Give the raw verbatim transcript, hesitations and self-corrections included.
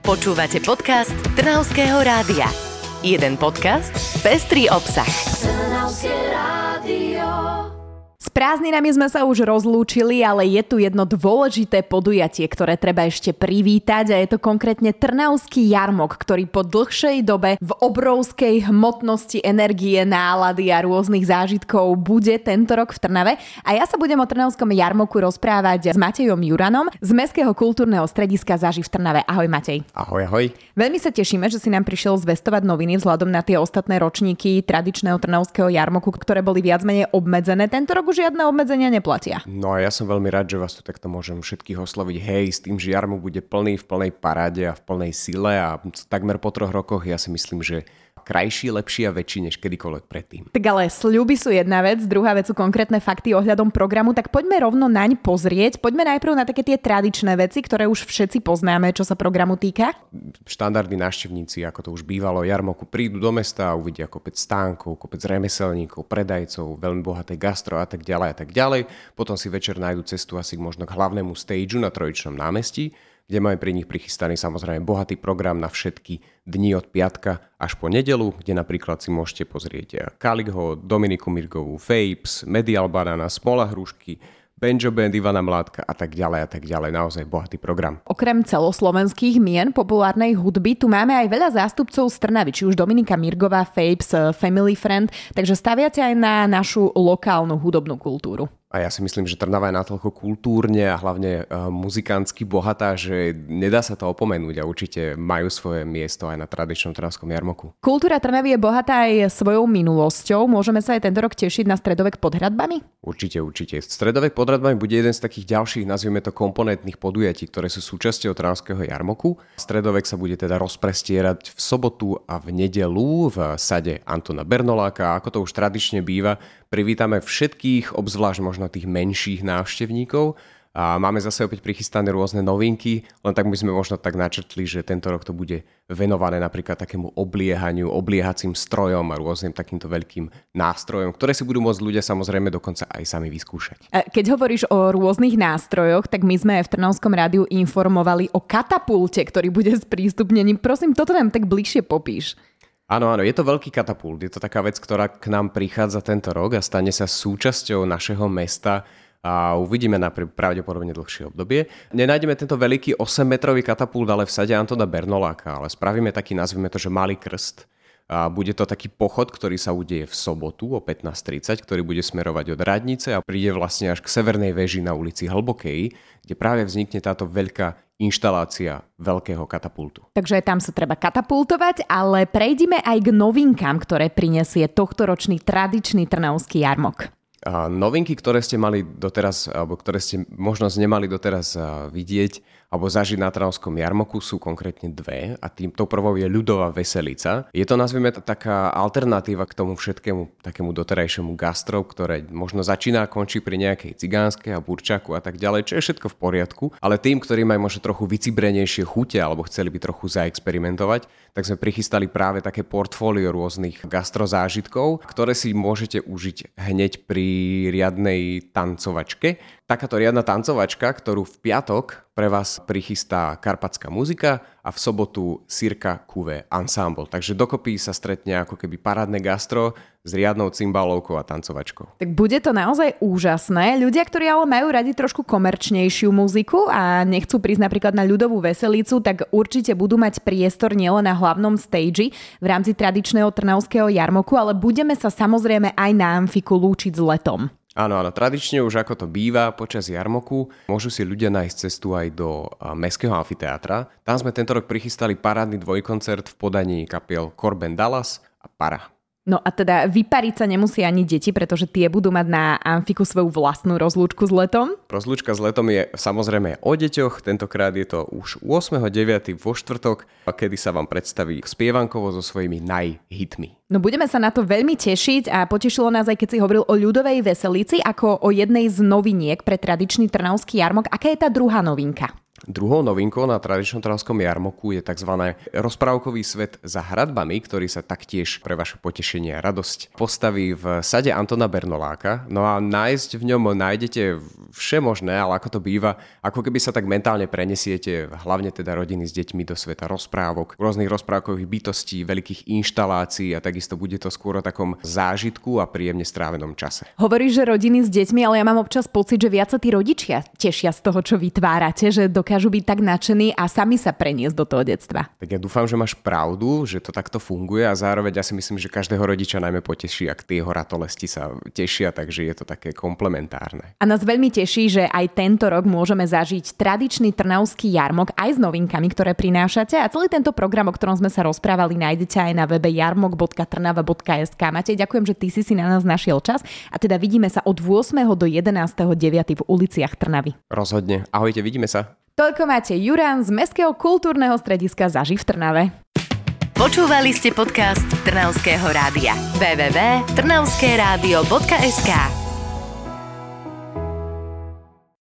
Počúvate podcast Trnavského rádia. Jeden podcast, pestrý obsah. Trnavské rádio. S prázdninami sme sa už rozlúčili, ale je tu jedno dôležité podujatie, ktoré treba ešte privítať a je to konkrétne Trnavský jarmok, ktorý po dlhšej dobe v obrovskej hmotnosti energie, nálady a rôznych zážitkov bude tento rok v Trnave. A ja sa budem o Trnavskom jarmoku rozprávať s Matejom Juranom z Mestského kultúrneho strediska Zaži v Trnave. Ahoj Matej. Ahoj, ahoj. Veľmi sa tešíme, že si nám prišiel zvestovať noviny vzhľadom na tie ostatné ročníky tradičného Trnavského jarmoku, ktoré boli viac menej obmedzené. Tento rok už žiadne obmedzenia neplatia. No a ja som veľmi rád, že vás tu takto môžem všetkých osloviť. Hej, s tým, že jarmok bude plný v plnej paráde a v plnej sile a takmer po troch rokoch ja si myslím, že krajší, lepší a väčší než kedykoľvek predtým. Tak ale sľuby sú jedna vec, druhá vec sú konkrétne fakty ohľadom programu, tak poďme rovno naň pozrieť. Poďme najprv na také tie tradičné veci, ktoré už všetci poznáme, čo sa programu týka. Štandardní návštevníci, ako to už bývalo, jarmoku prídu do mesta a uvidia kopec stánkov, kopec remeselníkov, predajcov, veľmi bohaté gastro a tak ďalej a tak ďalej. Potom si večer nájdu cestu asi možno k hlavnému stageu na Trojičnom námestí, kde máme pri nich prichystaný samozrejme bohatý program na všetky dni od piatka až po nedeľu, kde napríklad si môžete pozrieť Kaligho, Dominiku Mirgovú, Vapes, Medial Banana, Smola Hrušky, Banjo Band Ivana Mládka a tak ďalej a tak ďalej. Naozaj bohatý program. Okrem celoslovenských mien populárnej hudby tu máme aj veľa zástupcov z Trnavy, či už Dominika Mirgová, Vapes, Family Friend, takže staviate aj na našu lokálnu hudobnú kultúru. A ja si myslím, že Trnava je natoľko kultúrne a hlavne uh, muzikánsky bohatá, že nedá sa to opomenúť a určite majú svoje miesto aj na tradičnom trnavskom jarmoku. Kultúra Trnavy je bohatá aj svojou minulosťou. Môžeme sa aj tento rok tešiť na Stredovek pod hradbami? Určite, určite. Stredovek pod hradbami bude jeden z takých ďalších, nazvime to komponentných podujatí, ktoré sú súčasťou trnavského jarmoku. Stredovek sa bude teda rozprestierať v sobotu a v nedeľu v sade Antona Bernoláka. Ako to už tradične býva, privítame všetkých, obzvlášť možno tých menších návštevníkov a máme zase opäť prichystané rôzne novinky, len tak my sme možno tak načrtli, že tento rok to bude venované napríklad takému obliehaniu, obliehacím strojom a rôznym takýmto veľkým nástrojom, ktoré si budú môcť ľudia samozrejme dokonca aj sami vyskúšať. Keď hovoríš o rôznych nástrojoch, tak my sme aj v Trnavskom rádiu informovali o katapulte, ktorý bude sprístupnený. Prosím, toto nám tak bližšie popíš. Áno, áno, je to veľký katapult. Je to taká vec, ktorá k nám prichádza tento rok a stane sa súčasťou našeho mesta a uvidíme na pravdepodobne dlhšie obdobie. Nenájdeme tento veľký osemmetrový katapult ale v sade Antona Bernoláka, ale spravíme taký, nazvime to, že malý krst. A bude to taký pochod, ktorý sa udeje v sobotu o pätnásť tridsať, ktorý bude smerovať od radnice a príde vlastne až k severnej veži na ulici Hlbokej, kde práve vznikne táto veľká inštalácia veľkého katapultu. Takže tam sa treba katapultovať, ale prejdime aj k novinkám, ktoré prinesie tohtoročný tradičný trnavský jarmok. A novinky, ktoré ste mali doteraz, alebo ktoré ste možnosť nemali doteraz vidieť alebo zažiť na Trnavskom jarmoku, sú konkrétne dve a tým tou prvou je ľudová veselica. Je to, nazvime to, taká alternatíva k tomu všetkému takému doterajšiemu gastro, ktoré možno začína a končí pri nejakej cigánskej a burčaku a tak ďalej, čo je všetko v poriadku, ale tým, ktorí majú možno trochu vycibrenejšie chute alebo chceli by trochu zaexperimentovať, tak sme prichystali práve také portfólio rôznych gastrozážitkov, ktoré si môžete užiť hneď pri riadnej tancovačke. Takáto riadna tancovačka, ktorú v piatok pre vás prichystá Karpatská muzika a v sobotu Circa Cuvée Ensemble. Takže dokopy sa stretne ako keby parádne gastro s riadnou cymbalovkou a tancovačkou. Tak bude to naozaj úžasné. Ľudia, ktorí ale majú radi trošku komerčnejšiu muziku a nechcú prísť napríklad na ľudovú veselicu, tak určite budú mať priestor nielen na hlavnom stage v rámci tradičného trnavského jarmoku, ale budeme sa samozrejme aj na amfiku lúčiť s letom. Áno, áno, tradične už ako to býva počas jarmoku, môžu si ľudia nájsť cestu aj do Mestského amfiteátra. Tam sme tento rok prichystali parádny dvojkoncert v podaní kapiel Corben Dallas a Para. No a teda vypariť sa nemusia ani deti, pretože tie budú mať na amfiku svoju vlastnú rozlúčku s letom. Rozlúčka s letom je samozrejme o deťoch, tentokrát je to už ôsmeho deviateho vo štvrtok, kedy sa vám predstaví spievankovo so svojimi najhitmi. No budeme sa na to veľmi tešiť a potešilo nás aj keď si hovoril o ľudovej veselici ako o jednej z noviniek pre tradičný trnavský jarmok. Aká je tá druhá novinka? Druhou novinkou na tradičnom trnavskom jarmoku je tzv. Rozprávkový svet za hradbami, ktorý sa taktiež pre vaše potešenie a radosť postaví v sade Antona Bernoláka. No a nájsť v ňom nájdete všemožné, ale ako to býva, ako keby sa tak mentálne prenesiete, hlavne teda rodiny s deťmi, do sveta rozprávok, rôznych rozprávkových bytostí, veľkých inštalácií a takisto bude to skôr o takom zážitku a príjemne strávenom čase. Hovoríš, že rodiny s deťmi, ale ja mám občas pocit, že viac sa tí rodičia tešia z toho, čo vytvárate, že dokážu byť tak nadšení a sami sa preniesť do toho detstva. Tak ja dúfam, že máš pravdu, že to takto funguje a zároveň ja si myslím, že každého rodiča najmä poteší, ak tie jeho ratolesti sa tešia, takže je to také komplementárne. A nás veľmi teší, že aj tento rok môžeme zažiť tradičný trnavský jarmok aj s novinkami, ktoré prinášate, a celý tento program, o ktorom sme sa rozprávali, nájdete aj na webe jarmok bodka trnava bodka es ká. Matej, ďakujem, že ty si si na nás našiel čas a teda vidíme sa od ôsmeho do jedenásteho deviateho v uliciach Trnavy. Rozhodne. Ahojte, vidíme sa. Toľko máte Jurán z Mestského kultúrneho strediska Zaži v Trnave. Počúvali ste podcast Trnavského rádia. w w w bodka trnavské rádio bodka es ká